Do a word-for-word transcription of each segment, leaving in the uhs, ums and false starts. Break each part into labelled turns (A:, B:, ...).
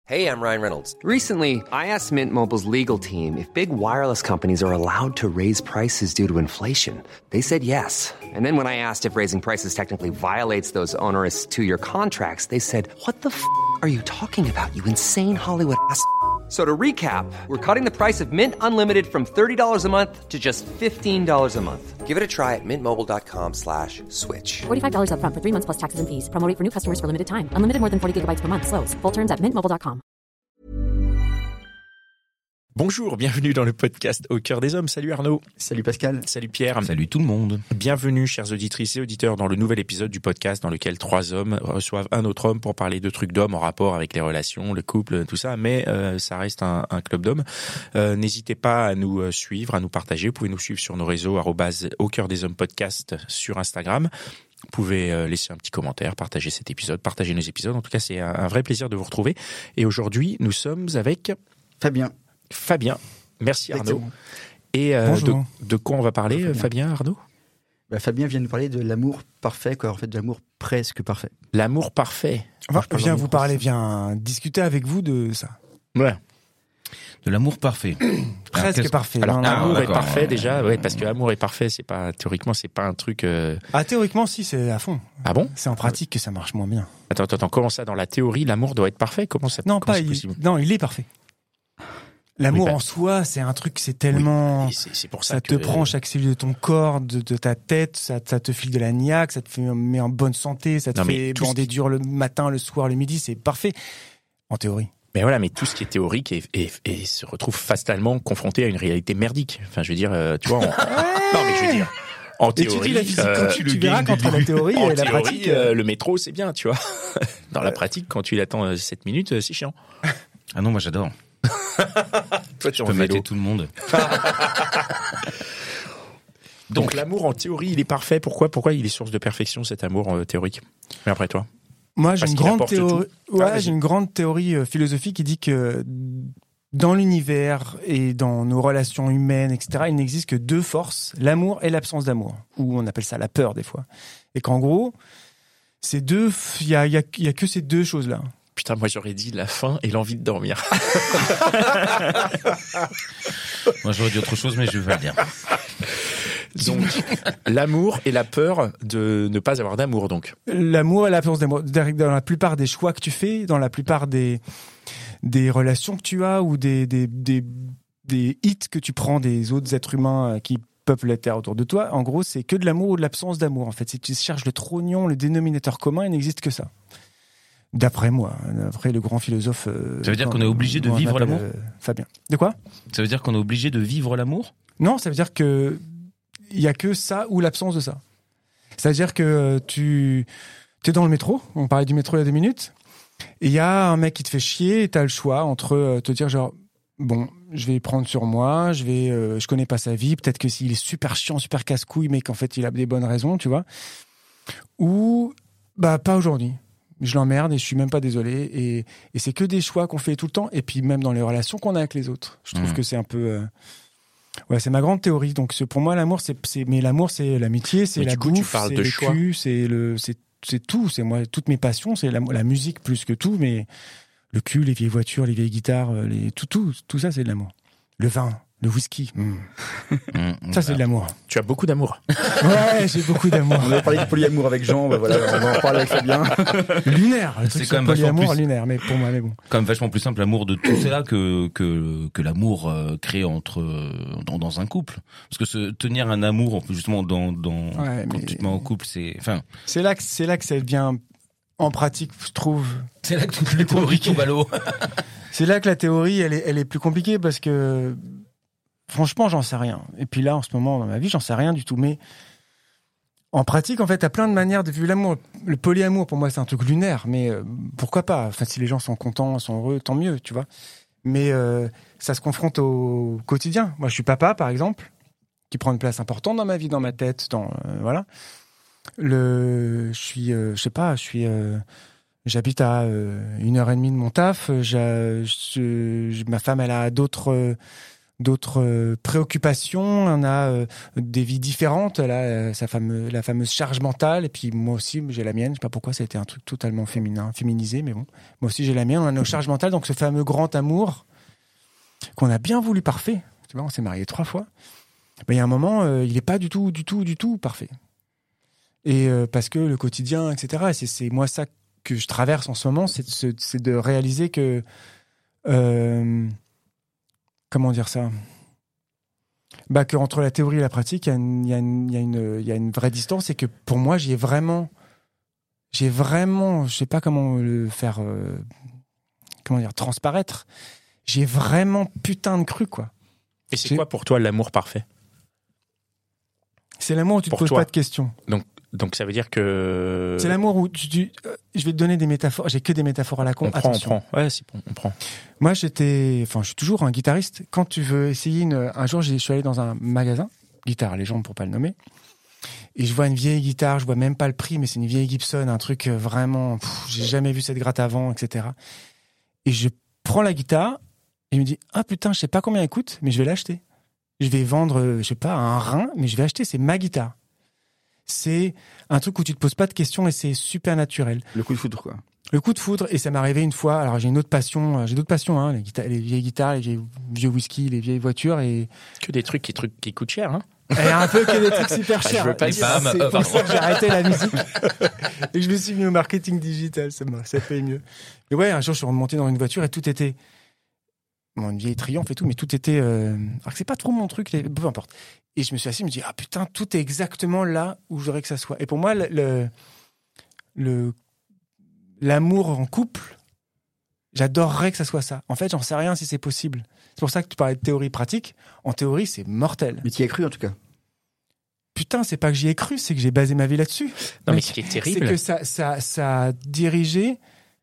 A: Hey, I'm Ryan Reynolds.
B: Recently, I asked Mint Mobile's legal team if big wireless companies are allowed to raise prices due to inflation. They said yes. And then when I asked if raising prices technically violates those onerous two-year contracts, they said, what the f*** are you talking about, you insane Hollywood ass f- So to recap, we're cutting the price of Mint Unlimited from thirty dollars a month to just fifteen dollars a month.
A: Give it a try at mintmobile.com slash switch.
C: forty-five dollars up front for three months plus taxes and fees. Promo rate for new customers for limited time. Unlimited more than forty gigabytes per month. Slows full terms at mint mobile dot com.
D: Bonjour, bienvenue dans le podcast Au cœur des hommes. Salut Arnaud.
E: Salut Pascal.
D: Salut Pierre.
F: Salut tout le monde.
D: Bienvenue chers auditrices et auditeurs dans le nouvel épisode du podcast dans lequel trois hommes reçoivent un autre homme pour parler de trucs d'hommes en rapport avec les relations, le couple, tout ça. Mais euh, ça reste un, un club d'hommes. Euh, n'hésitez pas à nous suivre, à nous partager. Vous pouvez nous suivre sur nos réseaux arobase Au cœur des hommes podcast sur Instagram. Vous pouvez laisser un petit commentaire, partager cet épisode, partager nos épisodes. En tout cas, c'est un vrai plaisir de vous retrouver. Et aujourd'hui, nous sommes avec
E: Fabien.
D: Fabien. Merci Arnaud. Et euh, de, de quoi on va parler, Fabien, Fabien Arnaud
E: bah, Fabien vient nous parler de l'amour parfait, quoi. En fait, de l'amour presque parfait.
D: L'amour parfait.
G: Enfin, je viens vous parler, viens discuter avec vous de ça.
D: Ouais.
F: De l'amour parfait.
G: Presque
F: Alors,
G: parfait.
D: Alors,
G: non,
D: l'amour
G: non,
D: est parfait déjà, ouais, parce que l'amour est parfait, c'est pas théoriquement, c'est pas un truc. Euh...
G: Ah, théoriquement, si, c'est à fond.
D: Ah bon?
G: C'est en pratique que ça marche moins bien.
D: Attends, attends, attends. Comment ça, dans la théorie, l'amour doit être parfait? Comment ça?
G: Non,
D: comment
G: pas.
D: c'est
G: Il...
D: possible
G: Non, il est parfait. L'amour
D: oui, bah...
G: en soi, c'est un truc, c'est tellement.
D: Oui, c'est, c'est pour ça,
G: ça
D: que...
G: te prend chaque cellule de ton corps, de, de ta tête, ça, ça te file de la niaque, ça te fait met en bonne santé, ça te
D: non,
G: fait bander
D: qui...
G: dur le matin, le soir, le midi, c'est parfait. En théorie.
D: Mais voilà, mais tout ce qui est théorique et, et, et se retrouve fatalement confronté à une réalité merdique. Enfin, je veux dire, euh, tu vois. On... non, mais je veux dire. En théorie,
G: et tu dis la physique,
D: euh,
G: quand tu, tu verras qu'entre la théorie
D: en
G: et la
D: théorie,
G: pratique,
D: euh, le métro, c'est bien, tu vois. Dans la pratique, quand tu l'attends euh, sept minutes, euh, c'est chiant.
F: Ah non, moi j'adore.
D: Toi, tu
F: peux mater tout le monde.
D: Donc, Donc l'amour en théorie, il est parfait. Pourquoi Pourquoi il est source de perfection, cet amour euh, théorique? Mais après toi.
G: Moi, j'ai
D: Parce
G: une grande théorie. Ouais, ah, j'ai une grande théorie euh, philosophique qui dit que dans l'univers et dans nos relations humaines, et cetera, il n'existe que deux forces, l'amour et l'absence d'amour, ou on appelle ça la peur des fois. Et qu'en gros, ces deux, il y a, y a, y a que ces deux choses-là.
D: Putain, moi j'aurais dit la faim et l'envie de dormir.
F: Moi j'aurais dit autre chose, mais je vais pas le dire.
D: Donc, l'amour et la peur de ne pas avoir d'amour, donc.
G: L'amour et l'absence d'amour. Dans la plupart des choix que tu fais, dans la plupart des, des relations que tu as ou des, des, des, des hits que tu prends des autres êtres humains qui peuplent la terre autour de toi, en gros, c'est que de l'amour ou de l'absence d'amour. En fait, si tu cherches le trognon, le dénominateur commun, il n'existe que ça. D'après moi, d'après le grand philosophe. Euh,
F: ça veut dire qu'on est obligé de vivre l'amour
G: euh, Fabien. De quoi?
F: Ça veut dire qu'on est obligé de vivre l'amour?
G: Non, ça veut dire que il y a que ça ou l'absence de ça. C'est-à-dire que tu es dans le métro, on parlait du métro il y a deux minutes, et il y a un mec qui te fait chier et tu as le choix entre te dire genre, bon, je vais prendre sur moi, je vais, euh, je connais pas sa vie, peut-être que s'il est super chiant, super casse-couille, mais qu'en fait il a des bonnes raisons, tu vois, ou bah pas aujourd'hui. Je l'emmerde et je suis même pas désolé. Et, et c'est que des choix qu'on fait tout le temps. Et puis même dans les relations qu'on a avec les autres. Je trouve mmh. que c'est un peu... Euh... Ouais, c'est ma grande théorie. Donc c'est, pour moi, l'amour, c'est, c'est... Mais l'amour, c'est l'amitié, c'est mais la bouffe, c'est de le choix. Cul, c'est, le... c'est, c'est tout. C'est moi, toutes mes passions, c'est la, la musique plus que tout. Mais le cul, les vieilles voitures, les vieilles guitares, les... tout, tout, tout ça, c'est de l'amour. Le vin, le whisky. Mmh. Mmh, ça, c'est de l'amour.
D: Tu as beaucoup d'amour.
G: Ouais, j'ai beaucoup d'amour.
E: On avait parlé de polyamour avec Jean, bah voilà, on va en parler avec Fabien.
G: Lunaire, le
F: c'est quand même
G: polyamour
F: plus...
G: lunaire, mais pour moi, mais bon.
F: Quand même vachement plus simple l'amour de tout cela que que que l'amour euh, créé entre euh, dans, dans un couple. Parce que se tenir un amour justement dans dans
G: ouais,
F: quand
G: mais...
F: tu te mets en couple, c'est enfin.
G: C'est là que c'est là que ça devient en pratique, je trouve.
F: C'est là que toutes les théories tombent à l'eau.
G: C'est là que la théorie, elle est elle est plus compliquée parce que franchement, j'en sais rien. Et puis là, en ce moment, dans ma vie, j'en sais rien du tout. Mais en pratique, en fait, t'as plein de manières de vivre l'amour. Le polyamour, pour moi, c'est un truc lunaire. Mais euh, pourquoi pas? Enfin, si les gens sont contents, sont heureux, tant mieux, tu vois. Mais euh, ça se confronte au quotidien. Moi, je suis papa, par exemple, qui prend une place importante dans ma vie, dans ma tête, dans euh, voilà. Le, je suis, euh, je sais pas, je suis, euh, j'habite à euh, une heure et demie de mon taf. J'ai, je, ma femme, elle a d'autres. Euh, d'autres euh, préoccupations, on a euh, des vies différentes, elle a euh, sa fameuse, la fameuse charge mentale, et puis moi aussi j'ai la mienne, je sais pas pourquoi ça a été un truc totalement féminin, féminisé, mais bon, moi aussi j'ai la mienne, on a nos charges mentales, donc ce fameux grand amour qu'on a bien voulu parfait, tu vois, on s'est mariés trois fois, ben, il y a un moment, euh, il est pas du tout, du tout, du tout parfait. Et euh, parce que le quotidien, et cetera, et c'est, c'est moi ça que je traverse en ce moment, c'est de, c'est de réaliser que euh, comment dire ça, bah que entre la théorie et la pratique, il y a une, il y a une, il y a une, il y a une vraie distance, et que pour moi, j'ai vraiment, j'ai vraiment, je sais pas comment le faire, euh, comment dire, transparaître. J'ai vraiment putain de cru, quoi.
D: Et c'est
G: j'ai...
D: quoi pour toi l'amour parfait?
G: C'est l'amour où tu
D: pour
G: te poses
D: toi.
G: pas de questions.
D: Donc, donc ça veut dire que
G: c'est l'amour où tu, tu euh, je vais te donner des métaphores. J'ai que des métaphores à la con.
D: on prend,
G: Attention.
D: on prend. Ouais, c'est bon, on prend.
G: Moi, j'étais, enfin, je suis toujours un guitariste. Quand tu veux essayer une, un jour, je suis allé dans un magasin, guitare légende pour pas le nommer, et je vois une vieille guitare, je vois même pas le prix, mais c'est une vieille Gibson, un truc vraiment, pff, j'ai jamais vu cette gratte avant, et cetera. Et je prends la guitare et je me dis, ah putain, je sais pas combien elle coûte, mais je vais l'acheter. Je vais vendre, je sais pas, un rein, mais je vais acheter, c'est ma guitare. C'est un truc où tu te poses pas de questions et c'est super naturel.
E: Le coup de foudre, quoi.
G: Le coup de foudre, et ça m'est arrivé une fois. Alors j'ai une autre passion, j'ai d'autres passions, hein, les, guita- les vieilles guitares, les vieilles, vieux whisky, les vieilles voitures, et
D: Que des trucs qui, trucs qui coûtent cher, hein.
G: et un peu que des trucs super
D: Je
G: chers.
D: veux pas
G: Et
D: dire,
G: c'est
F: euh,
G: pour ça que j'ai arrêté la musique et que je me suis mis au marketing digital. Ça m'a, ça paye mieux. Et ouais, un jour je suis remonté dans une voiture et tout était, bon, une vieille Triumph et tout, mais tout était, euh... alors que c'est pas trop mon truc, les... peu importe. Et je me suis assis, je me dis, ah putain, tout est exactement là où j'aurais que ça soit. Et pour moi, le, le, le l'amour en couple, j'adorerais que ça soit ça. En fait, j'en sais rien si c'est possible. C'est pour ça que tu parlais de théorie pratique. En théorie, c'est mortel.
E: Mais tu y as cru, en tout cas.
G: Putain, c'est pas que j'y ai cru, c'est que j'ai basé ma vie là-dessus.
D: Non, mais
G: Mec,
D: ce qui est
G: c'est
D: terrible,
G: que ça, ça, ça a dirigé.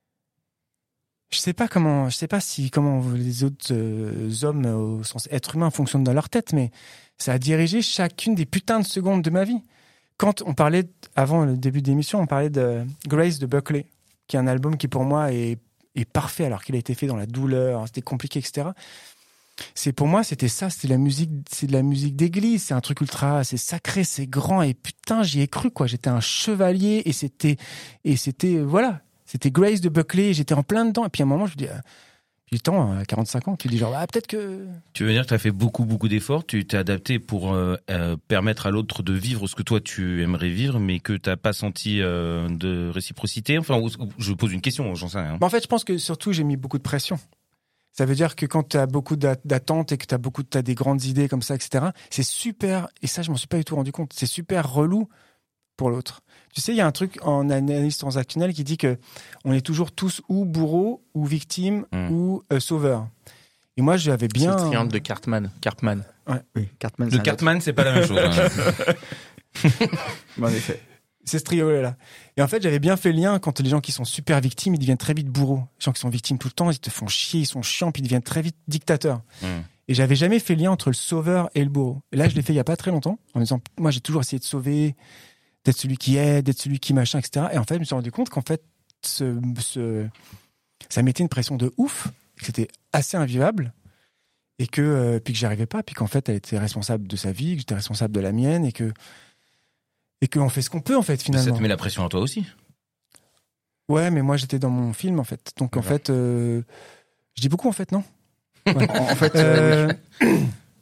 G: Je sais pas comment, je sais pas si comment les autres euh, hommes au sens être humain fonctionnent dans leur tête, mais ça a dirigé chacune des putains de secondes de ma vie. Quand on parlait avant le début de l'émission, on parlait de Grace de Buckley, qui est un album qui pour moi est, est parfait, alors qu'il a été fait dans la douleur, c'était compliqué, et cetera. C'est pour moi, c'était ça, c'était la musique, c'est de la musique d'église, c'est un truc ultra, c'est sacré, c'est grand, et putain, j'y ai cru, quoi. J'étais un chevalier, et c'était, et c'était, voilà. C'était Grace de Buckley, j'étais en plein dedans. Et puis à un moment, je me dis, j'ai le temps, à quarante-cinq ans, tu dis genre, ah, peut-être que...
F: Tu veux dire que tu as fait beaucoup, beaucoup d'efforts, tu t'es adapté pour euh, euh, permettre à l'autre de vivre ce que toi tu aimerais vivre, mais que tu n'as pas senti euh, de réciprocité. Enfin, je pose une question, j'en sais rien.
G: Bah en fait, je pense que surtout, j'ai mis beaucoup de pression. Ça veut dire que quand tu as beaucoup d'attentes et que tu as beaucoup, t'as des grandes idées comme ça, et cetera, c'est super, et ça, je m'en suis pas du tout rendu compte, c'est super relou pour l'autre. Tu sais, il y a un truc en analyse transactionnelle qui dit que on est toujours tous ou bourreaux, ou victimes, mmh. ou euh, sauveurs. Et moi, j'avais bien...
D: C'est le triangle de Cartman. Cartman.
G: Ouais.
E: Oui, Cartman.
F: Le Cartman, c'est pas la même chose. Hein.
E: En effet.
G: C'est ce triangle-là. Et en fait, j'avais bien fait le lien quand les gens qui sont super victimes, ils deviennent très vite bourreaux. Les gens qui sont victimes tout le temps, ils te font chier, ils sont chiants, puis ils deviennent très vite dictateurs. Mmh. Et j'avais jamais fait le lien entre le sauveur et le bourreau. Et là, je l'ai fait il y a pas très longtemps, en me disant, moi, j'ai toujours essayé de sauver, d'être celui qui aide, d'être celui qui machin, et cetera. Et en fait, je me suis rendu compte qu'en fait, ce, ce, ça mettait une pression de ouf, que c'était assez invivable, et que, euh, puis que j'y arrivais pas, puis qu'en fait, elle était responsable de sa vie, que j'étais responsable de la mienne, et que, et qu'on fait ce qu'on peut, en fait, finalement.
F: Ça te met la pression à toi aussi.
G: Ouais, mais moi, j'étais dans mon film, en fait. Donc, en fait, euh, je dis beaucoup, en fait, non? Ouais. En fait, euh, euh,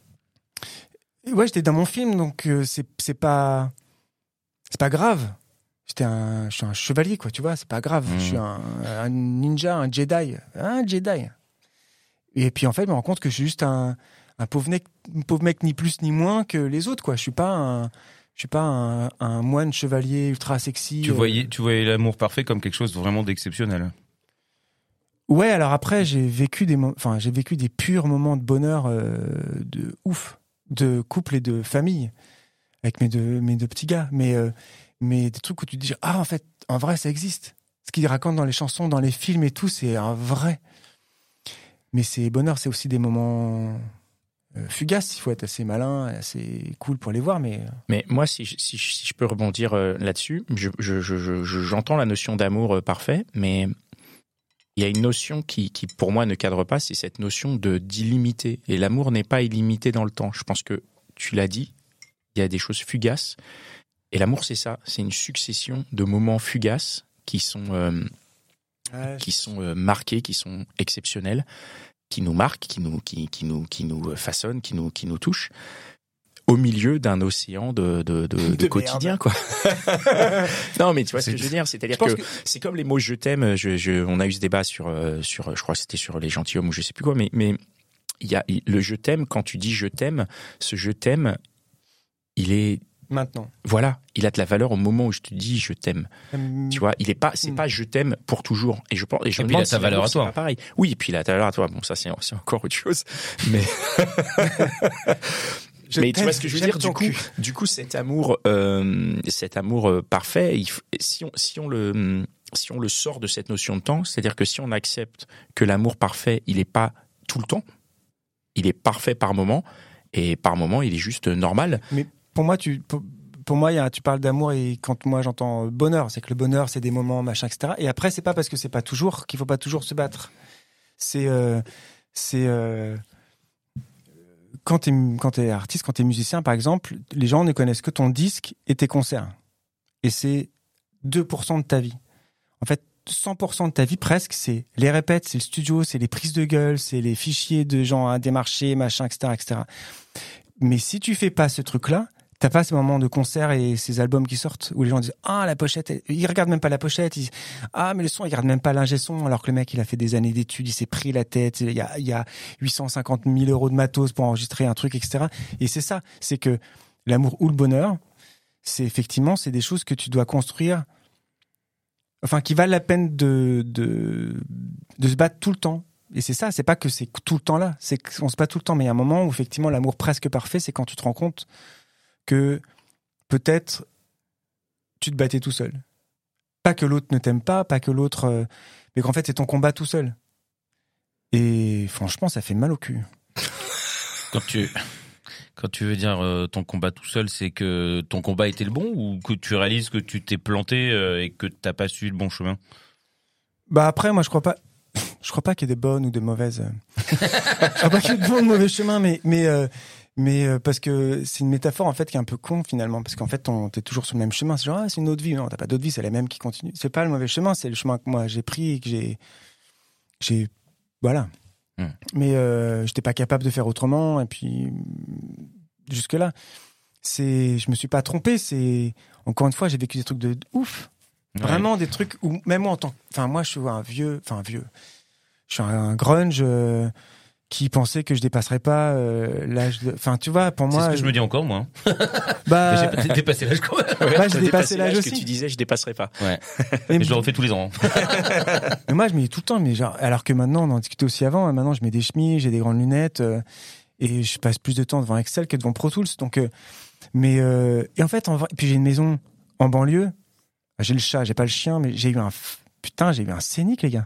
G: ouais, j'étais dans mon film, donc euh, c'est, c'est pas... C'est pas grave. J'étais un, je suis un chevalier, quoi, tu vois, c'est pas grave. Mmh. Je suis un, un ninja, un Jedi. Un Jedi. Et puis, en fait, je me rends compte que je suis juste un, un pauvre mec, un pauvre mec ni plus ni moins que les autres, quoi. Je suis pas un, je suis pas un, un moine chevalier ultra sexy.
F: Tu voyais, euh... tu voyais l'amour parfait comme quelque chose vraiment d'exceptionnel.
G: Ouais, alors après, j'ai vécu des, enfin, j'ai vécu des purs moments de bonheur, euh, de ouf, de couple et de famille. Avec mes deux, mes deux petits gars, mais, euh, mais des trucs où tu te dis, ah, en fait, en vrai, ça existe. Ce qu'ils racontent dans les chansons, dans les films et tout, c'est un vrai. Mais c'est bonheur, c'est aussi des moments euh, fugaces. Il faut être assez malin, assez cool pour les voir, mais...
D: Mais moi, si, si, si je peux rebondir euh, là-dessus, je, je, je, je, j'entends la notion d'amour euh, parfait, mais il y a une notion qui, qui, pour moi, ne cadre pas, c'est cette notion de d'illimité. Et l'amour n'est pas illimité dans le temps. Je pense que tu l'as dit, il y a des choses fugaces. Et l'amour, c'est ça. C'est une succession de moments fugaces qui sont, euh, ouais, qui sont euh, marqués, qui sont exceptionnels, qui nous marquent, qui nous, qui, qui nous, qui nous façonnent, qui nous, qui nous touchent. Au milieu d'un océan de, de, de, de, de quotidien, quoi. Non, mais tu vois ce que je veux dire. C'est-à-dire que, que c'est comme les mots je t'aime. Je, je, on a eu ce débat sur, sur, je crois que c'était sur les gentilshommes ou je sais plus quoi, mais, mais il y a le je t'aime. Quand tu dis je t'aime, ce je t'aime, il est
G: maintenant.
D: Voilà, il a de la valeur au moment où je te dis je t'aime.
G: Hum,
D: tu vois, il est pas, c'est hum. pas je t'aime pour toujours. Et je pense, et je
F: et
D: me
F: puis il a
D: si
F: ta valeur à toi.
D: Pas pareil. Oui, et puis il a ta valeur à toi. Bon, ça c'est, c'est encore autre chose. Mais Je mais tu vois ce que je veux dire, du coup, du coup, cet amour, euh, cet amour euh, parfait, il, si on, si on le, si on le sort de cette notion de temps, c'est-à-dire que si on accepte que l'amour parfait, il est pas tout le temps, il est parfait par moment, et par moment, il est juste normal.
G: Mais pour moi, tu, pour, pour moi, il y a, tu parles d'amour et quand moi j'entends bonheur, c'est que le bonheur, c'est des moments, machin, et cetera. Et après, c'est pas parce que c'est pas toujours qu'il faut pas toujours se battre. C'est, euh, c'est. Euh, Quand t'es, quand t'es artiste, quand t'es musicien, par exemple, les gens ne connaissent que ton disque et tes concerts. Et c'est deux pour cent de ta vie. En fait, cent pour cent de ta vie, presque, c'est les répètes, c'est le studio, c'est les prises de gueule, c'est les fichiers de gens à démarcher, machin, et cetera, et cetera. Mais si tu fais pas ce truc-là, t'as pas ces moments de concert et ces albums qui sortent où les gens disent « Ah, la pochette, elle... » ils regardent même pas la pochette, ils disent « Ah, mais le son, ils regardent même pas l'ingé son, alors que le mec, il a fait des années d'études, il s'est pris la tête, il y a, il y a huit cent cinquante mille euros de matos pour enregistrer un truc, et cetera » Et c'est ça, c'est que l'amour ou le bonheur, c'est effectivement, c'est des choses que tu dois construire, enfin, qui valent la peine de, de, de se battre tout le temps. Et c'est ça, c'est pas que c'est tout le temps là, c'est qu'on se bat tout le temps, mais il y a un moment où effectivement, l'amour presque parfait, c'est quand tu te rends compte que peut-être tu te battais tout seul. Pas que l'autre ne t'aime pas, pas que l'autre... Euh, mais qu'en fait, c'est ton combat tout seul. Et franchement, ça fait mal au cul.
F: Quand tu, quand tu veux dire euh, ton combat tout seul, c'est que ton combat était le bon ou que tu réalises que tu t'es planté euh, et que t'as pas suivi le bon chemin?
G: Bah après, moi, je crois pas... Je crois pas qu'il y ait des bonnes ou des mauvaises... je crois pas qu'il y ait de bons ou de mauvais chemins, mais... mais euh, Mais euh, parce que c'est une métaphore en fait qui est un peu con finalement, parce qu'en fait on t'es toujours sur le même chemin. C'est genre ah, c'est une autre vie, non t'as pas d'autre vie, c'est la même qui continue. C'est pas le mauvais chemin, c'est le chemin que moi j'ai pris et que j'ai, j'ai voilà. Mmh. Mais euh, j'étais pas capable de faire autrement et puis jusque là, c'est, je me suis pas trompé. C'est encore une fois j'ai vécu des trucs de ouf, ouais. Vraiment des trucs où même moi en tant, enfin moi je suis un vieux, enfin un vieux, je suis un grunge. Euh, qui pensait que je dépasserais pas euh, l'âge de... Enfin, tu vois, pour moi...
F: C'est ce que je me dis encore, moi.
G: Bah...
F: Mais j'ai dépassé l'âge quand même.
G: Ouais, bah, j'ai dépassé l'âge aussi.
D: Que tu disais, je dépasserai pas.
F: Ouais. Mais, mais je le refais tous les ans.
G: Mais moi, je me dis tout le temps, mais genre... Alors que maintenant, on en discutait aussi avant, hein, maintenant, je mets des chemises, j'ai des grandes lunettes, euh, et je passe plus de temps devant Excel que devant Pro Tools, donc... Euh, mais... Euh, et en fait, en vrai... puis j'ai une maison en banlieue, j'ai le chat, j'ai pas le chien, mais j'ai eu un... Putain, j'ai eu un scénic, les gars.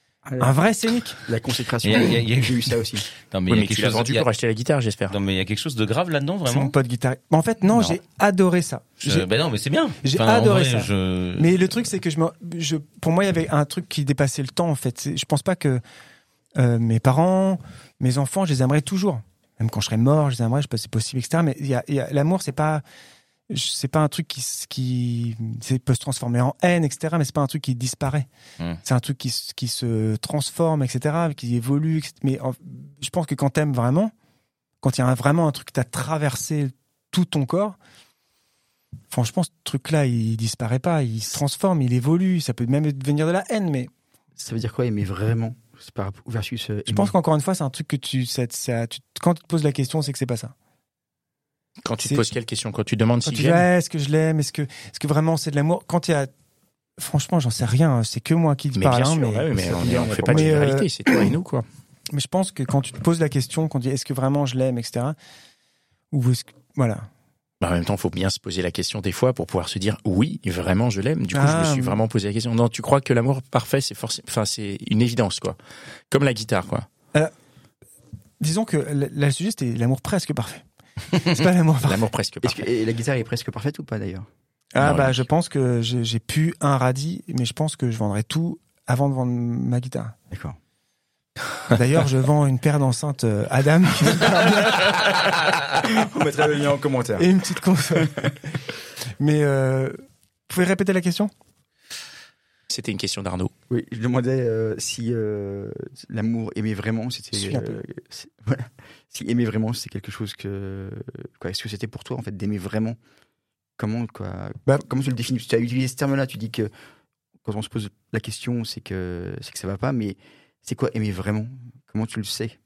G: Un vrai scénic.
E: La consécration.
F: Il y a, il y a, il y a...
E: J'ai eu ça aussi.
F: Non, mais,
D: oui,
F: il y a
D: mais
F: quelque
D: tu
F: chose
D: l'as vendu
F: a...
D: pour acheter la guitare, j'espère.
F: Non, mais il y a quelque chose de grave là-dedans, vraiment.
G: C'est mon pote guitariste. En fait, non, non. j'ai adoré ça.
F: Je... Ben non, mais c'est bien.
G: J'ai
F: enfin,
G: adoré
F: vrai,
G: ça.
F: Je...
G: Mais le truc, c'est que je me, je, pour moi, il y avait un truc qui dépassait le temps, en fait. Je pense pas que euh, mes parents, mes enfants, je les aimerais toujours. Même quand je serais mort, je les aimerais, je sais pas si c'est possible, et cetera. Mais il y a, il y a, l'amour, c'est pas, c'est pas un truc qui, qui peut se transformer en haine, et cetera. Mais c'est pas un truc qui disparaît. Mmh. C'est un truc qui, qui se transforme, et cetera. Qui évolue. Mais en, je pense que quand t'aimes vraiment, quand il y a un, vraiment un truc qui t'a traversé tout ton corps, franchement, ce truc-là, il disparaît pas. Il se transforme, il évolue. Ça peut même devenir de la haine, mais
E: ça veut dire quoi aimer vraiment? C'est par versus. Euh,
G: je pense qu'encore une fois, c'est un truc que tu, ça, ça, tu, quand tu te poses la question, c'est que c'est pas ça.
D: Quand tu te poses quelle question? Quand tu demandes
G: quand
D: si
G: tu
D: j'aime?
G: Ouais, est-ce que je l'aime? Est-ce que, est-ce que vraiment c'est de l'amour? Quand il y a, franchement, j'en sais rien. C'est que moi qui te
D: mais
G: parle.
D: Bien
G: hein,
D: sûr,
G: mais,
D: ouais, mais on, est, on fait pas de généralité, euh, c'est toi et nous, quoi.
G: Mais je pense que quand tu te poses la question, qu'on dit est-ce que vraiment je l'aime, et cetera. Ou est-ce que, voilà.
D: Bah en même temps, il faut bien se poser la question des fois pour pouvoir se dire oui, vraiment je l'aime. Du coup,
G: ah,
D: je me suis vraiment posé la question. Non, tu crois que l'amour parfait, c'est forcément, enfin, c'est une évidence, quoi. Comme la guitare, quoi.
G: Euh, disons que le sujet c'était l'amour presque parfait. C'est pas l'amour parfait.
D: L'amour presque parfait.
E: Est-ce que, et la guitare est presque parfaite ou pas d'ailleurs?
G: Ah
D: non,
G: bah
D: oui.
G: je pense que j'ai, j'ai pu un radis, mais je pense que je vendrais tout avant de vendre ma guitare.
E: D'accord.
G: D'ailleurs, je vends une paire d'enceintes euh, Adam.
E: On mettra le lien en commentaire.
G: Et une petite console. Mais euh, vous pouvez répéter la question ?
D: C'était une question d'Arnaud.
E: Oui, je demandais euh, si euh, l'amour aimer vraiment, c'était
G: Je suis un peu.
E: euh, c'est- voilà. Si aimer vraiment, c'est quelque chose que quoi, est-ce que c'était pour toi en fait d'aimer vraiment? Comment quoi
G: Bah-
E: comment tu le définis? Tu as utilisé ce terme-là, tu dis que quand on se pose la question, c'est que c'est que ça va pas, mais c'est quoi aimer vraiment? Comment tu le sais?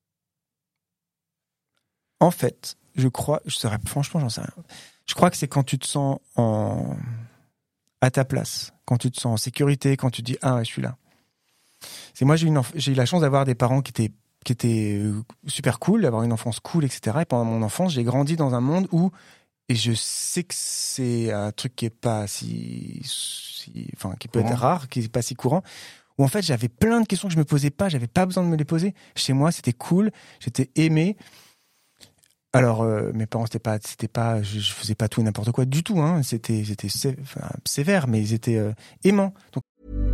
G: En fait, je crois, je saurais, franchement, j'en sais rien. Je crois que c'est quand tu te sens en, à ta place, quand tu te sens en sécurité, quand tu te dis ah ouais, je suis là. C'est moi j'ai eu une enf- j'ai eu la chance d'avoir des parents qui étaient qui étaient euh, super cool, d'avoir une enfance cool, et cetera. Et pendant mon enfance, j'ai grandi dans un monde où, et je sais que c'est un truc qui est pas si, si enfin qui peut
E: Courant.
G: être rare, qui est pas si courant. Où en fait j'avais plein de questions que je me posais pas, j'avais pas besoin de me les poser. Chez moi, c'était cool, j'étais aimé. Alors euh, mes parents c'était pas c'était pas je, je faisais pas tout et n'importe quoi du tout hein, c'était c'était sé- enfin, sévère mais ils étaient euh, aimants. Donc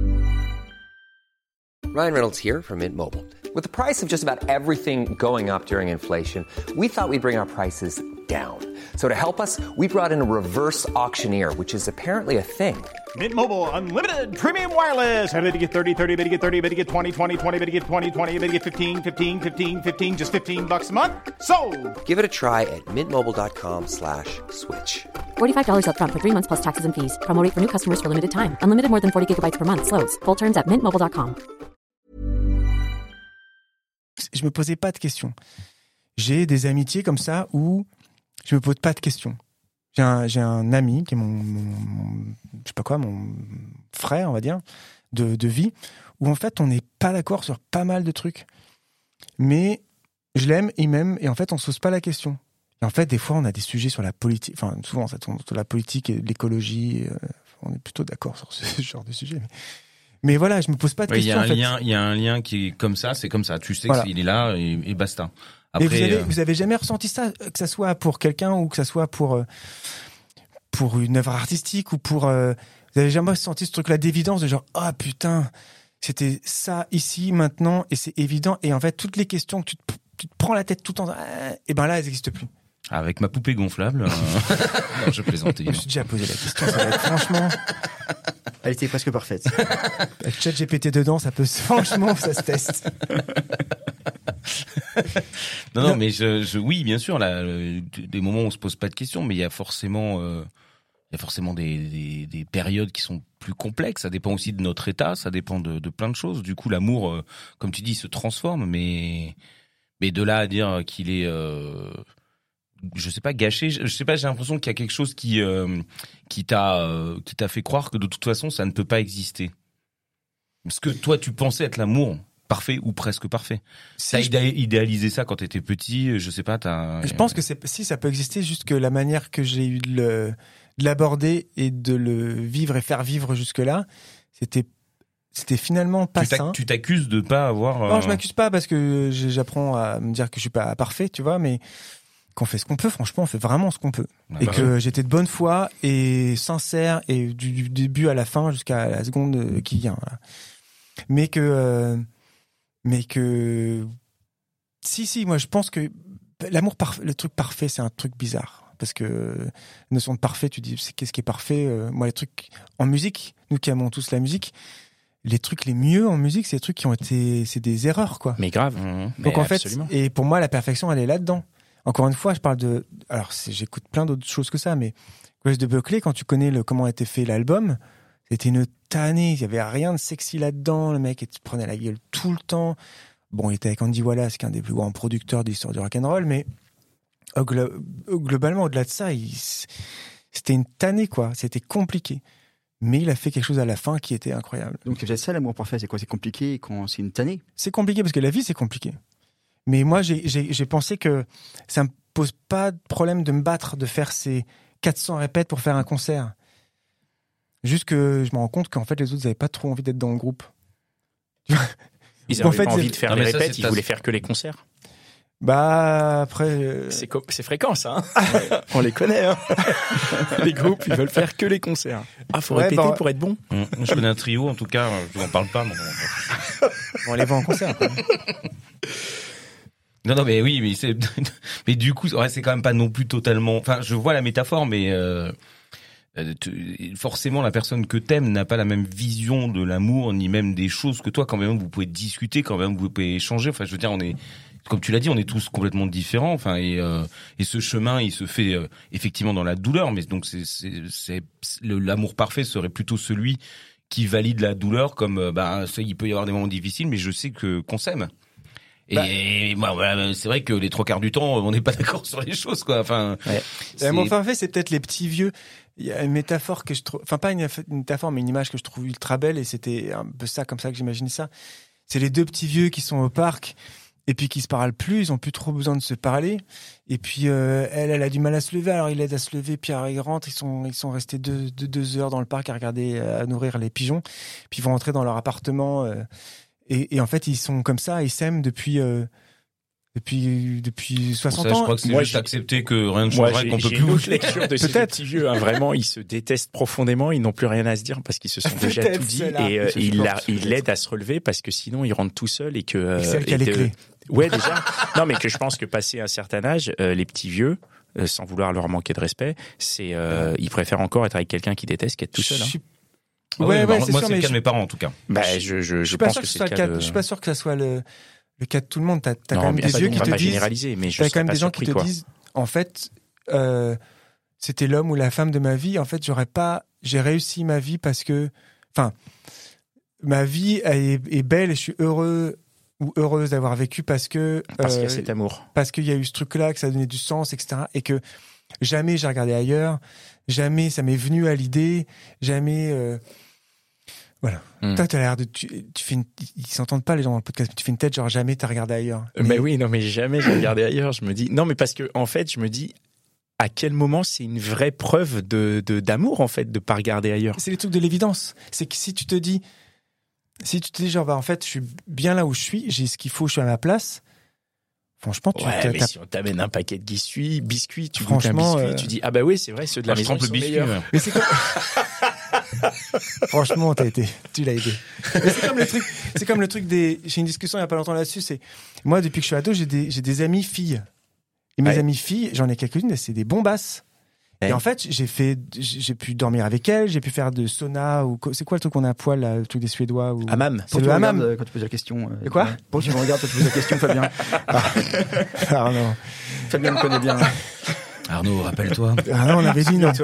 A: Ryan Reynolds here from Mint Mobile. With the price of just about everything going up during inflation, we thought we'd bring our prices down. So to help us, we brought in a reverse auctioneer, which is apparently a thing.
H: Mint Mobile Unlimited Premium Wireless. Ready to get thirty, thirty, bit to get thirty, bit to get twenty, twenty, twenty, bit to get twenty, twenty, bit to get fifteen, fifteen, fifteen, fifteen, just fifteen bucks a month? Sold!
A: Give it a try at mintmobile.com slash switch.
C: forty-five dollars up front for three months plus taxes and fees. Promo rate for new customers for limited time. Unlimited more than forty gigabytes per month. Slows full terms at mint mobile dot com.
G: je me posais pas de questions. J'ai des amitiés comme ça où je me pose pas de questions. J'ai un, j'ai un ami qui est mon, mon, mon- je sais pas quoi, mon frère, on va dire, de, de vie, où en fait on n'est pas d'accord sur pas mal de trucs. Mais je l'aime, il m'aime, et en fait on se pose pas la question. Et en fait, des fois, on a des sujets sur la politique, enfin souvent ça tourne sur la politique et l'écologie. euh, on est plutôt d'accord sur ce genre de sujet. Mais, mais voilà, je me pose pas de
F: Ouais, il y
G: questions.
F: a un
G: en fait.
F: lien, il y a un lien qui est comme ça, c'est comme ça. Tu sais
G: Voilà.
F: qu'il est là et, et basta.
G: Mais
F: Après,
G: vous avez,
F: euh,
G: vous avez jamais ressenti ça, que ça soit pour quelqu'un ou que ça soit pour euh, pour une œuvre artistique ou pour euh, vous avez jamais ressenti ce truc-là d'évidence de genre ah putain c'était ça ici maintenant et c'est évident et en fait toutes les questions que tu te, tu te prends la tête tout le temps ah, et ben là elles n'existent plus.
F: avec ma poupée gonflable. euh, non, je plaisantais.
G: Je me suis déjà posé la question, ça va être franchement
E: Elle était presque parfaite.
G: avec ChatGPT dedans ça peut franchement ça se teste.
F: Non, non, mais je, je, oui, bien sûr, là, euh, des moments où on se pose pas de questions, mais il y a forcément, euh, il y a forcément des, des, des périodes qui sont plus complexes. Ça dépend aussi de notre état, ça dépend de, de plein de choses. Du coup, l'amour, euh, comme tu dis, se transforme, mais, mais de là à dire qu'il est, euh, je sais pas, gâché. Je, je sais pas, j'ai l'impression qu'il y a quelque chose qui, euh, qui t'a, euh, qui t'a fait croire que de toute façon, ça ne peut pas exister. Parce que toi, tu pensais être l'amour. Parfait ou presque parfait.
G: Si
F: T'as
G: je-
F: idé- idéalisé ça quand t'étais petit, je sais pas, t'as...
G: Je pense que c'est si ça peut exister, juste que la manière que j'ai eu de, le, de l'aborder et de le vivre et faire vivre jusque-là, c'était c'était finalement pas
F: tu, t'ac-
G: sain.
F: tu t'accuses de pas avoir... euh,
G: Non, je m'accuse pas parce que j'ai- j'apprends à me dire que je suis pas parfait, tu vois, mais qu'on fait ce qu'on peut. Franchement, on fait vraiment ce qu'on peut.
F: Ah
G: et
F: bah
G: que j'étais de bonne foi et sincère et du, du début à la fin jusqu'à la seconde euh, qui vient. Voilà. Mais que euh, mais que si si moi je pense que l'amour parfait, le truc parfait c'est un truc bizarre parce que la notion de parfait tu dis c'est qu'est-ce qui est parfait euh, moi les trucs en musique nous qui aimons tous la musique les trucs les mieux en musique c'est des trucs qui ont été c'est des erreurs quoi.
D: Mais grave.
F: Mhm.
D: Mais
G: Donc en fait
D: absolument.
G: et pour moi la perfection elle est là-dedans. Encore une fois je parle de alors c'est, j'écoute plein d'autres choses que ça mais Grace de Buckley quand tu connais le comment a été fait l'album c'était une tannée, il y avait rien de sexy là-dedans, le mec il te prenait la gueule tout le temps. Bon, il était avec Andy Wallace, qui est un des plus grands producteurs de l'histoire du rock'n'roll, mais euh, glo- euh, globalement, au-delà de ça, il, c'était une tannée, quoi. C'était compliqué. Mais il a fait quelque chose à la fin qui était incroyable.
E: Donc c'est peut-être ça l'amour parfait, c'est quoi? C'est compliqué quand c'est une tannée?
G: C'est compliqué parce que la vie, c'est compliqué. Mais moi, j'ai, j'ai, j'ai pensé que ça me pose pas de problème de me battre, de faire ces quatre cents répètes pour faire un concert. Juste que je me rends compte qu'en fait, les autres n'avaient pas trop envie d'être dans le groupe.
D: Ils
G: En
D: avaient
G: fait,
D: pas
G: c'est-
D: envie de faire
F: Non,
D: les
F: mais ça,
D: répètes,
F: c'est
D: ils
F: ta-
D: voulaient faire que les concerts.
G: Bah après, euh...
D: c'est, co- c'est fréquent ça. Hein on les connaît. Hein les groupes, ils veulent faire que les concerts. Ah, faut ouais, répéter bah, pour être bon.
F: Mmh. Je connais un trio, en tout cas, je n'en parle pas. Mais...
G: on les voit en concert. Quoi.
F: Non, non, mais oui, mais c'est, mais du coup, ouais, c'est quand même pas non plus totalement. Enfin, je vois la métaphore, mais euh, forcément, la personne que t'aimes n'a pas la même vision de l'amour, ni même des choses que toi. Quand même, vous pouvez discuter, quand même, vous pouvez échanger. Enfin, je veux dire, on est. Comme tu l'as dit, on est tous complètement différents. Enfin, et euh, et ce chemin, il se fait euh, effectivement dans la douleur. Mais donc, c'est c'est c'est le, l'amour parfait serait plutôt celui qui valide la douleur. Comme euh, bah, ça, il peut y avoir des moments difficiles, mais je sais que qu'on s'aime. Et bah, bah, voilà, c'est vrai que les trois quarts du temps, on n'est pas d'accord sur les choses, quoi. Enfin,
G: ouais. L'amour parfait, c'est peut-être les petits vieux. Il y a une métaphore que je trouve, enfin pas une, une métaphore, mais une image que je trouve ultra belle. Et c'était un peu ça, comme ça que j'imaginais ça. C'est les deux petits vieux qui sont au parc. Et puis qui se parlent plus, ils ont plus trop besoin de se parler. Et puis euh, elle, elle a du mal à se lever, alors il l'aide à se lever. Puis alors ils rentrent, ils sont, ils sont restés deux, deux, deux heures dans le parc à regarder, à nourrir les pigeons. Puis ils vont rentrer dans leur appartement. Euh, et, et en fait, ils sont comme ça, ils s'aiment depuis, euh, depuis, depuis soixante
F: ça,
G: ans.
F: Je crois que c'est
D: moi,
F: juste
D: j'ai...
F: accepter que rien ne changera, qu'on peut
D: j'ai
F: plus.
D: Une autre lecture de ces petits vieux. Hein, vraiment, ils se détestent profondément. Ils n'ont plus rien à se dire parce qu'ils se sont déjà tout dit et euh, ils, la, ils l'aident à se relever parce que sinon ils rentrent tout seuls et que. Euh,
G: et celle qui a les clés.
D: Ouais, déjà. Non, mais que je pense que passé un certain âge, euh, les petits vieux, euh, sans vouloir leur manquer de respect, c'est, euh, ils préfèrent encore être avec quelqu'un qui déteste qu'être tout seul. Hein.
G: Suis...
F: Ouais,
G: ouais,
F: ouais,
G: ouais, c'est
F: moi,
G: sûr,
F: c'est le
G: mais
F: cas
G: je...
F: de mes parents, en tout cas.
D: Bah, je, je, je,
G: je
D: pense que, que c'est le cas. De...
G: Je suis pas sûr que ça soit le, le cas de tout le monde. T'as, t'as
D: non,
G: quand même des vieux qui te disent.
D: On va pas généraliser, mais je
G: T'as quand même
D: des
G: gens qui te
D: quoi.
G: disent, en fait, euh, c'était l'homme ou la femme de ma vie. En fait, j'aurais pas, j'ai réussi ma vie parce que, enfin, ma vie est, est belle et je suis heureux ou heureuse d'avoir vécu parce que
D: parce
G: euh,
D: qu'il y a cet amour,
G: parce qu'il y a eu ce truc-là, que ça donnait du sens, et cetera. Et que jamais j'ai regardé ailleurs, jamais ça m'est venu à l'idée, jamais. Euh, voilà. Mm. Toi, t'as l'air de, tu, tu fais une, ils s'entendent pas les gens dans le podcast, mais tu fais une tête genre jamais t'as regardé ailleurs.
D: Mais, mais oui, non, mais jamais j'ai regardé ailleurs. Je me dis non, mais parce que en fait, je me dis. À quel moment c'est une vraie preuve de, de d'amour en fait de pas regarder ailleurs.
G: C'est les trucs de l'évidence. C'est que si tu te dis, si tu te dis genre bah en fait je suis bien là où je suis, j'ai ce qu'il faut, je suis à ma place. Franchement, tu
D: ouais, mais si on t'amène un paquet de biscuits, biscuits, tu goûtes un
G: biscuit,
D: euh... tu dis ah bah oui c'est vrai ceux de la
F: ah,
D: maison
F: je trempe
D: sont
F: le biscuit.
D: Meilleurs.
G: Mais c'est comme... Franchement, t'as été, tu l'as été. Mais c'est comme le truc, c'est comme le truc des. J'ai une discussion il y a pas longtemps là-dessus. C'est moi depuis que je suis ado, j'ai des j'ai des amies filles. Et mes ouais. amies filles, j'en ai quelques-unes, c'est des bombasses. Et en fait, j'ai fait, j'ai pu dormir avec elle, j'ai pu faire de sauna ou c'est quoi le truc qu'on a à poil, là, le truc des Suédois ou
E: hammam.
G: C'est le hammam.
E: Regardes, quand tu poses la question.
G: Euh, quoi
E: Pour tu me regardes, quand tu poses la question, Fabien.
G: Ah, Arnaud.
E: Fabien me connaît bien.
F: Arnaud, rappelle-toi.
G: Ah non, on avait dit non.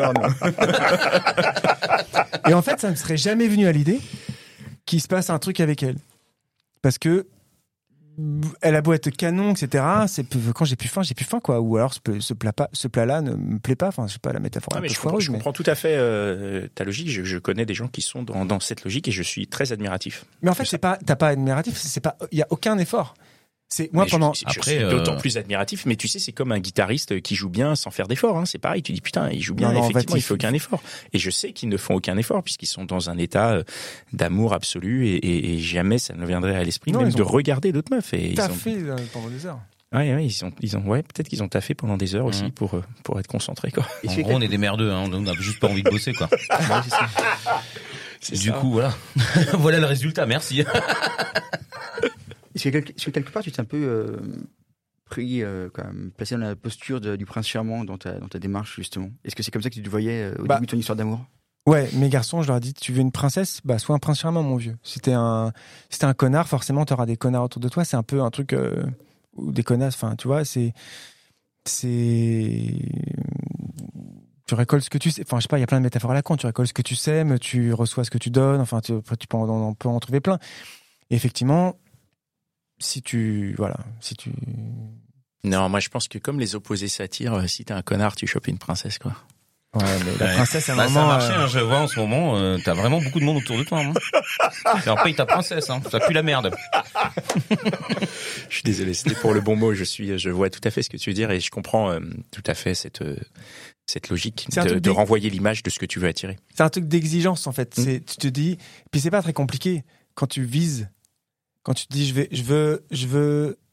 G: Et en fait, ça me serait jamais venu à l'idée qu'il se passe un truc avec elle, parce que elle a beau être canon, et cetera. C'est quand j'ai plus faim, j'ai plus faim, quoi. Ou alors ce, ce plat pas, ce plat-là ne me plaît pas. Enfin, je sais pas la métaphore.
D: Ah,
G: un
D: mais
G: peu
D: je,
G: foireuse,
D: comprends,
G: mais...
D: je comprends tout à fait euh, ta logique. Je, je connais des gens qui sont dans, dans cette logique et je suis très admiratif.
G: Mais en fait, c'est pas, t'as pas admiratif. C'est pas, il y a aucun effort. C'est moi mais pendant.
D: Je, je,
F: Après,
D: je suis
F: euh...
D: d'autant plus admiratif. Mais tu sais, c'est comme un guitariste qui joue bien sans faire d'effort. Hein. C'est pareil. Tu dis putain, il joue bien. Non, non, effectivement, en fait, il fait aucun effort. Et je sais qu'ils ne font aucun effort puisqu'ils sont dans un état d'amour absolu et, et, et jamais ça ne viendrait à l'esprit non, même de ont... regarder d'autres meufs. Et
G: t'as
D: ils ont...
G: fait pendant des heures.
D: Ouais, ouais, ils ont, ils ont, ouais, peut-être qu'ils ont taffé pendant des heures aussi mmh. pour pour être concentrés, quoi.
F: En gros, on est des merdeux. Hein. On n'a juste pas envie de bosser, quoi.
G: Ouais, c'est ça.
F: C'est du ça. coup, voilà, voilà le résultat. Merci.
E: Est-ce que, quelque, est-ce que quelque part tu t'es un peu euh, pris, euh, quand même, placé dans la posture de, du prince charmant dans ta, dans ta démarche justement? Est-ce que c'est comme ça que tu te voyais euh, au bah, début de ton histoire d'amour?
G: Ouais, mes garçons, je leur dis, tu veux une princesse, bah sois un prince charmant, mon vieux. Si t'es un, si t'es un connard, forcément t'auras des connards autour de toi. C'est un peu un truc euh, ou des connasses. Enfin, tu vois, c'est, c'est, tu récoltes ce que tu sais. Enfin, je sais pas, il y a plein de métaphores à la con. Tu récoltes ce que tu sèmes, tu reçois ce que tu donnes. Enfin, tu, tu peux en, on peut en trouver plein. Et effectivement. Si tu voilà, si tu
D: non, moi je pense que comme les opposés s'attirent, si t'es un connard, tu chopes une princesse, quoi.
G: Ouais, mais la princesse, à un
F: bah,
G: moment,
F: ça a marché.
G: Euh...
F: Hein, je vois en ce moment, euh, t'as vraiment beaucoup de monde autour de toi. Hein. Alors paye ta princesse, hein, ça pue la merde.
D: Je suis désolé, c'était pour le bon mot. Je suis, je vois tout à fait ce que tu veux dire et je comprends euh, tout à fait cette euh, cette logique de, de renvoyer l'image de ce que tu veux attirer.
G: C'est un truc d'exigence en fait. Mm. C'est, tu te dis, puis c'est pas très compliqué quand tu vises. Quand tu te dis je vais, je veux, je veux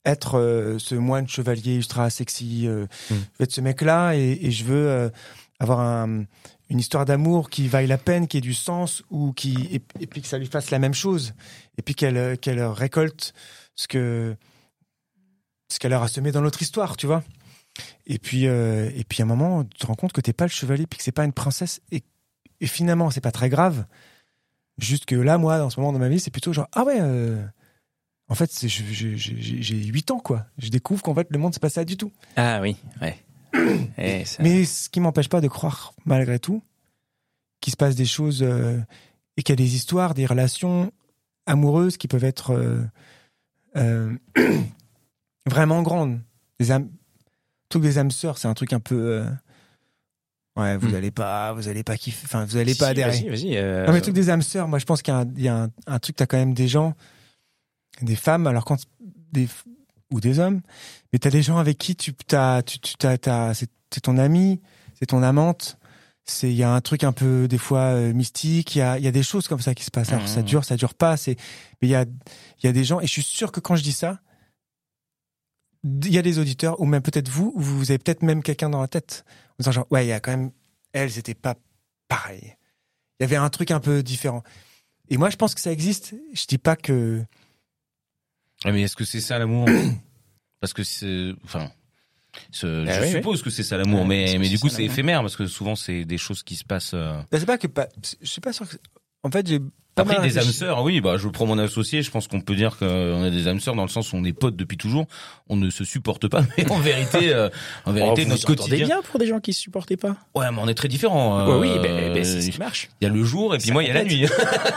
G: être euh, ce moine chevalier ultra sexy. Euh, mm. Je veux être ce mec-là et, et je veux euh, avoir un, une histoire d'amour qui vaille la peine, qui ait du sens, ou qui et, et puis que ça lui fasse la même chose, et puis qu'elle qu'elle récolte ce que ce qu'elle aura semé dans notre histoire, tu vois. Et puis euh, et puis à un moment, tu te rends compte que t'es pas le chevalier, puis que c'est pas une princesse, et, et finalement c'est pas très grave. Juste que là, moi, dans ce moment dans ma vie, c'est plutôt genre ah ouais. Euh, En fait, c'est, je, je, je, j'ai huit ans, quoi. Je découvre qu'en fait, le monde, c'est pas ça du tout.
D: Ah oui, ouais. Et ça...
G: Mais ce qui m'empêche pas de croire, malgré tout, qu'il se passe des choses euh, et qu'il y a des histoires, des relations amoureuses qui peuvent être euh, euh, vraiment grandes. Des âmes, tout des âmes sœurs, c'est un truc un peu... Euh, ouais, vous mm. allez pas, vous allez pas kiffer, enfin, vous allez
D: si,
G: pas
D: si,
G: adhérer.
D: Vas-y, vas-y. Euh...
G: Non, mais le truc des âmes sœurs, moi, je pense qu'il y a un, il y a un, un truc, t'as quand même des gens... des femmes, alors quand des ou des hommes, mais t'as des gens avec qui tu t'as tu tu t'as, t'as c'est, c'est ton ami, c'est ton amante, c'est il y a un truc un peu des fois euh, mystique, il y a il y a des choses comme ça qui se passent. Alors mmh. ça dure, ça dure pas, c'est mais il y a il y a des gens et je suis sûr que quand je dis ça, il y a des auditeurs ou même peut-être vous, vous avez peut-être même quelqu'un dans la tête en disant genre ouais, il y a quand même elles c'était pas pareil. Il y avait un truc un peu différent. Et moi je pense que ça existe, je dis pas que
F: mais est-ce que c'est ça l'amour? Parce que c'est, enfin, ce,
D: ah
F: je
D: oui,
F: suppose
D: oui.
F: que c'est ça l'amour,
D: ouais,
F: mais mais du coup c'est
D: l'amour.
F: éphémère parce que souvent c'est des choses qui se passent. Euh...
G: Ben, c'est pas que pas, je suis pas sûr que. En fait, j'ai pas
F: Après
G: mal
F: des âmes
G: réfléchi.
F: sœurs, oui, bah je prends mon associé, je pense qu'on peut dire qu'on a des âmes sœurs dans le sens où on est potes depuis toujours, on ne se supporte pas, mais en vérité, euh, en vérité
D: oh,
F: notre
D: vous
F: quotidien.
D: bien pour des gens qui se supportaient pas.
F: Ouais, mais on est très différents.
D: Euh, ouais, oui,
F: euh,
D: ben, ben c'est ce qui marche.
F: Il y a le jour et puis
D: ça
F: moi il y a la nuit.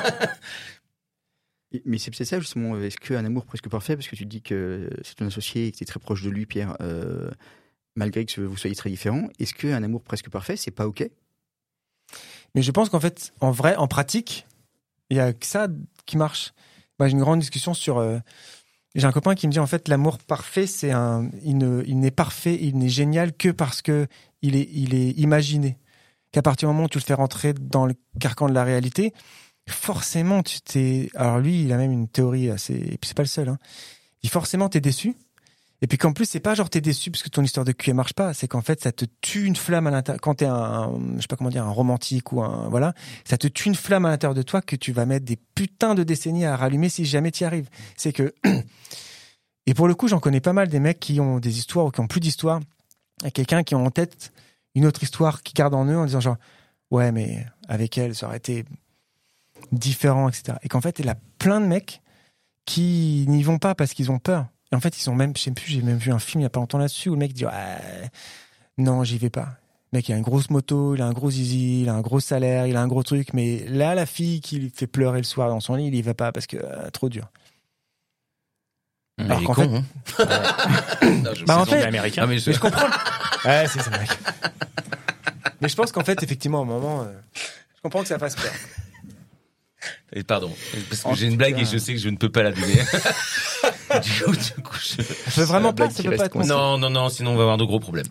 E: Mais c'est ça justement, est-ce qu'un amour presque parfait, parce que tu dis que c'est ton associé et que tu es très proche de lui, Pierre, euh, malgré que vous soyez très différents, est-ce qu'un amour presque parfait, c'est pas ok?
G: Mais je pense qu'en fait, en vrai, en pratique, il y a que ça qui marche. Moi, j'ai une grande discussion sur... Euh, j'ai un copain qui me dit, en fait, l'amour parfait, c'est un... Il, ne, il n'est parfait, il n'est génial que parce que il est, il est imaginé. Qu'à partir du moment où tu le fais rentrer dans le carcan de la réalité... forcément tu t'es alors lui il a même une théorie assez et puis c'est pas le seul hein. Il dit forcément t'es déçu et puis qu'en plus c'est pas genre t'es déçu parce que ton histoire de cul elle marche pas, c'est qu'en fait ça te tue une flamme à l'intérieur quand t'es un, un je sais pas comment dire un romantique ou un voilà, ça te tue une flamme à l'intérieur de toi que tu vas mettre des putains de décennies à rallumer si jamais t'y arrives. C'est que et pour le coup j'en connais pas mal des mecs qui ont des histoires ou qui ont plus d'histoire et quelqu'un qui ont en tête une autre histoire qui garde en eux en disant genre ouais mais avec elle ça aurait été différents, et cetera. Et qu'en fait, il y a plein de mecs qui n'y vont pas parce qu'ils ont peur. Et en fait, ils sont même, je sais plus, j'ai même vu un film il y a pas longtemps là-dessus où le mec dit ah, non, j'y vais pas. Le mec, il a une grosse moto, il a un gros zizi, il a un gros salaire, il a un gros truc, mais là, la fille qui lui fait pleurer le soir dans son lit, il y va pas parce que euh, trop dur.
F: Mais
G: Alors
F: il est
G: qu'en
F: con,
G: fait,
F: hein. non, je
G: bah en fait,
D: américain.
F: Ah, mais je...
G: mais je comprends. Ouais, c'est ça, mec. Mais je pense qu'en fait, effectivement, au moment, euh, je comprends que ça fasse peur.
F: Et pardon, parce que
E: En
F: j'ai une
E: tout
F: blague
E: cas,
F: et je sais que je ne peux pas la donner. du coup, du coup, je...
G: Ça fait vraiment
E: blague
G: peur, ça
E: qui
G: peut
E: reste
G: pas être
E: coincée.
F: Non, non, non, sinon on va avoir de gros problèmes.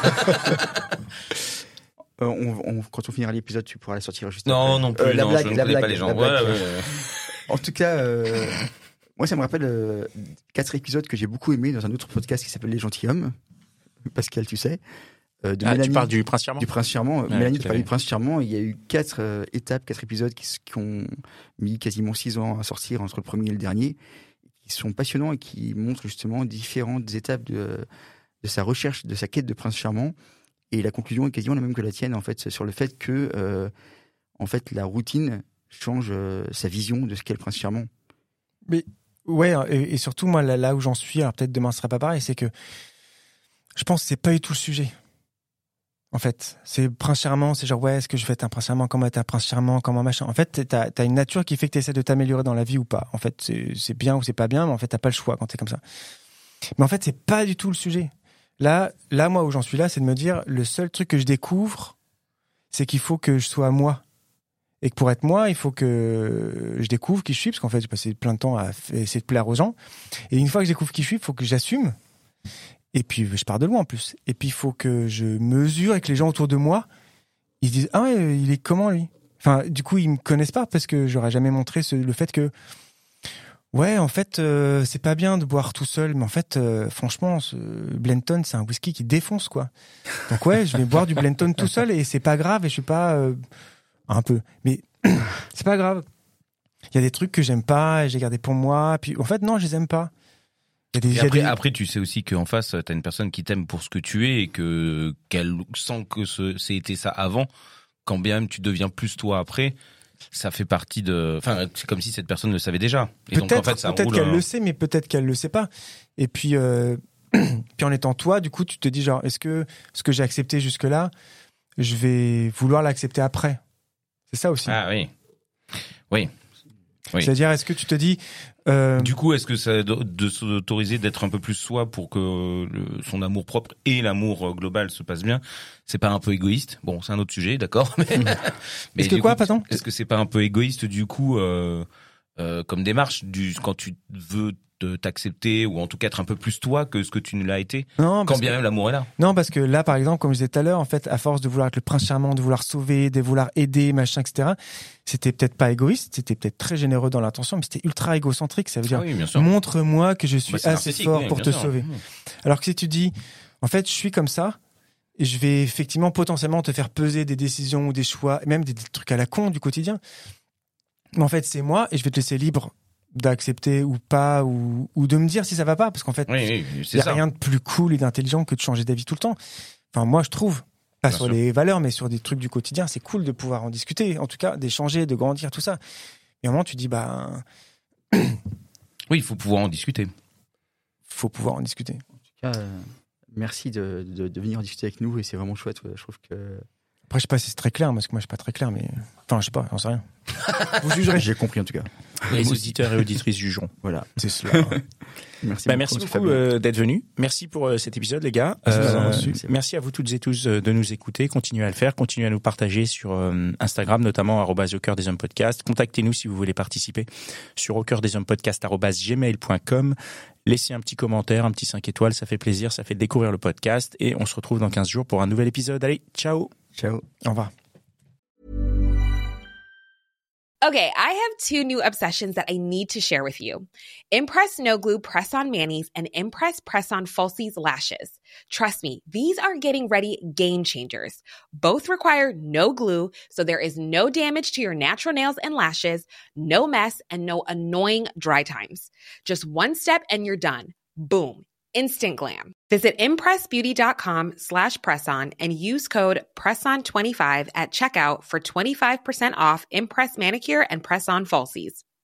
E: Euh, on, on, quand on finira l'épisode, tu pourras la sortir juste
F: non,
E: après.
F: non plus,
E: Euh, la
F: non,
E: blague,
F: je ne
E: la
F: connais
E: blague,
F: pas les gens.
E: la
F: Ouais,
E: blague.
F: ouais, ouais.
E: En tout cas, euh, moi, ça me rappelle euh, quatre épisodes que j'ai beaucoup aimés dans un autre podcast qui s'appelle Les Gentilshommes. Pascal, tu sais. Euh, de
D: Ah,
E: Mélanie,
D: tu parles du Prince Charmant.
E: du Prince Charmant.
D: Ouais,
E: Mélanie,
D: tout
E: tu
D: à
E: parlais
D: fait.
E: du Prince Charmant. Il y a eu quatre euh, étapes, quatre épisodes qui, qui ont mis quasiment six ans à sortir entre le premier et le dernier, qui sont passionnants et qui montrent justement différentes étapes de, de sa recherche, de sa quête de Prince Charmant. Et la conclusion est quasiment la même que la tienne, en fait, sur le fait que, euh, en fait, la routine change euh, sa vision de ce qu'est le Prince Charmant.
G: Mais ouais, et, et surtout moi là, là où j'en suis, alors peut-être demain ce sera pas pareil, c'est que je pense que c'est pas du tout le sujet. En fait, c'est Prince Charmant, c'est genre ouais, est-ce que je vais être un Prince Charmant, comment être un Prince Charmant, comment machin. En fait, t'as, t'as une nature qui fait que t'essaies de t'améliorer dans la vie ou pas. En fait, c'est, c'est bien ou c'est pas bien, mais en fait t'as pas le choix quand t'es comme ça. Mais en fait, c'est pas du tout le sujet. Là, là, moi où j'en suis là, c'est de me dire le seul truc que je découvre, c'est qu'il faut que je sois moi. Et que pour être moi, il faut que je découvre qui je suis, parce qu'en fait, j'ai passé plein de temps à essayer de plaire aux gens. Et une fois que je découvre qui je suis, il faut que j'assume. Et puis, je pars de loin en plus. Et puis, il faut que je mesure et que les gens autour de moi, ils se disent « Ah ouais, il est comment lui ?» Enfin, du coup, ils me connaissent pas parce que j'aurais jamais montré ce, le fait que Ouais, en fait, euh, c'est pas bien de boire tout seul, mais en fait, euh, franchement, ce Blenton, c'est un whisky qui défonce, quoi. Donc ouais, je vais boire du Blenton tout seul et c'est pas grave et je suis pas euh, un peu, mais c'est pas grave. Il y a des trucs que j'aime pas et j'ai gardé pour moi. Puis en fait, non, je les aime pas. Il y a des,
F: Et
G: il y a
F: après,
G: des-
F: après, tu sais aussi qu'en face, t'as une personne qui t'aime pour ce que tu es et que qu'elle sent que ce, c'est été ça avant. Quand bien même tu deviens plus toi après, ça fait partie de. Enfin, c'est comme si cette personne le savait déjà. Et donc en
G: Peut-être,
F: fait, ça
G: peut-être
F: roule.
G: qu'elle
F: un-
G: le sait, mais peut-être qu'elle le sait pas. Et puis, euh, puis en étant toi, du coup, tu te dis genre, est-ce que ce que j'ai accepté jusque-là, je vais vouloir l'accepter après? C'est ça aussi.
F: Ah oui. Oui. oui.
G: C'est-à-dire, est-ce que tu te dis, euh,
F: Du coup, est-ce que ça de, de s'autoriser d'être un peu plus soi pour que le, son amour propre et l'amour global se passent bien, c'est pas un peu égoïste? Bon, c'est un autre sujet, d'accord. Mais, mais
G: Est-ce que
F: du
G: quoi,
F: coup,
G: pardon
F: Est-ce que c'est pas un peu égoïste du coup, euh, euh, comme démarche, du quand tu veux te, t'accepter ou en tout cas être un peu plus toi que ce que tu ne l'as été,
G: non,
F: quand
G: parce
F: bien
G: que,
F: même l'amour est là.
G: non, parce que là, par exemple, comme je disais tout à l'heure, en fait, à force de vouloir être le prince charmant, de vouloir sauver, de vouloir aider, machin, et cetera, c'était peut-être pas égoïste, c'était peut-être très généreux dans l'intention, mais c'était ultra égocentrique. Ça veut dire,
F: Ah oui, bien sûr.
G: montre-moi que je suis
F: Bah, c'est
G: assez
F: narcissique,
G: fort
F: oui,
G: pour
F: bien
G: te
F: sûr.
G: sauver. Alors que si tu dis, en fait, je suis comme ça, et je vais effectivement potentiellement te faire peser des décisions ou des choix, même des, des trucs à la con du quotidien. Mais en fait, c'est moi, et je vais te laisser libre d'accepter ou pas, ou, ou de me dire si ça va pas, parce qu'en fait,
F: Oui, oui,
G: il
F: c'est
G: n'y a
F: ça.
G: rien de plus cool et d'intelligent que de changer d'avis tout le temps. Enfin, moi, je trouve, pas
F: Bien
G: sur
F: sûr.
G: les valeurs, mais sur des trucs du quotidien, c'est cool de pouvoir en discuter, en tout cas, d'échanger, de grandir, tout ça. Et à un moment, tu dis, bah,
F: Oui, il faut pouvoir en discuter.
G: faut pouvoir en discuter.
E: En tout cas, euh, merci de, de, de venir en discuter avec nous et c'est vraiment chouette. Ouais. Je trouve que
G: Après, je sais pas si c'est très clair, parce que moi, je suis pas très clair, mais, enfin, je sais pas, j'en sais rien. Vous jugerez.
E: j'ai compris en tout cas.
D: Les auditeurs et auditrices jugeront.
E: Voilà.
G: C'est cela.
E: Merci
D: Bah,
E: beaucoup.
D: merci
E: c'est
D: beaucoup
E: Fabien.
D: euh, d'être venu. Merci pour euh, cet épisode, les gars.
G: Merci de nous avoir
D: Euh,
G: reçus.
D: merci à vous toutes et tous euh, de nous écouter. Continuez à le faire. Continuez à nous partager sur euh, Instagram, notamment arobase au cœur des hommes podcast. Contactez-nous si vous voulez participer sur au cœur des hommes podcast arobase gmail point com. Laissez un petit commentaire, un petit cinq étoiles. Ça fait plaisir. Ça fait découvrir le podcast. Et on se retrouve dans quinze jours pour un nouvel épisode. Allez, ciao.
E: Ciao.
G: Au revoir.
I: Okay, I have two new obsessions that I need to share with you. Impress No Glue Press-On Manis and Impress Press-On Falsies Lashes. Trust me, these are getting ready game changers. Both require no glue, so there is no damage to your natural nails and lashes, no mess, and no annoying dry times. Just one step and you're done. Boom. Instant glam. Visit impressbeauty.com slash presson and use code presson twenty-five at checkout for twenty-five percent off Impress Manicure and Press-On Falsies.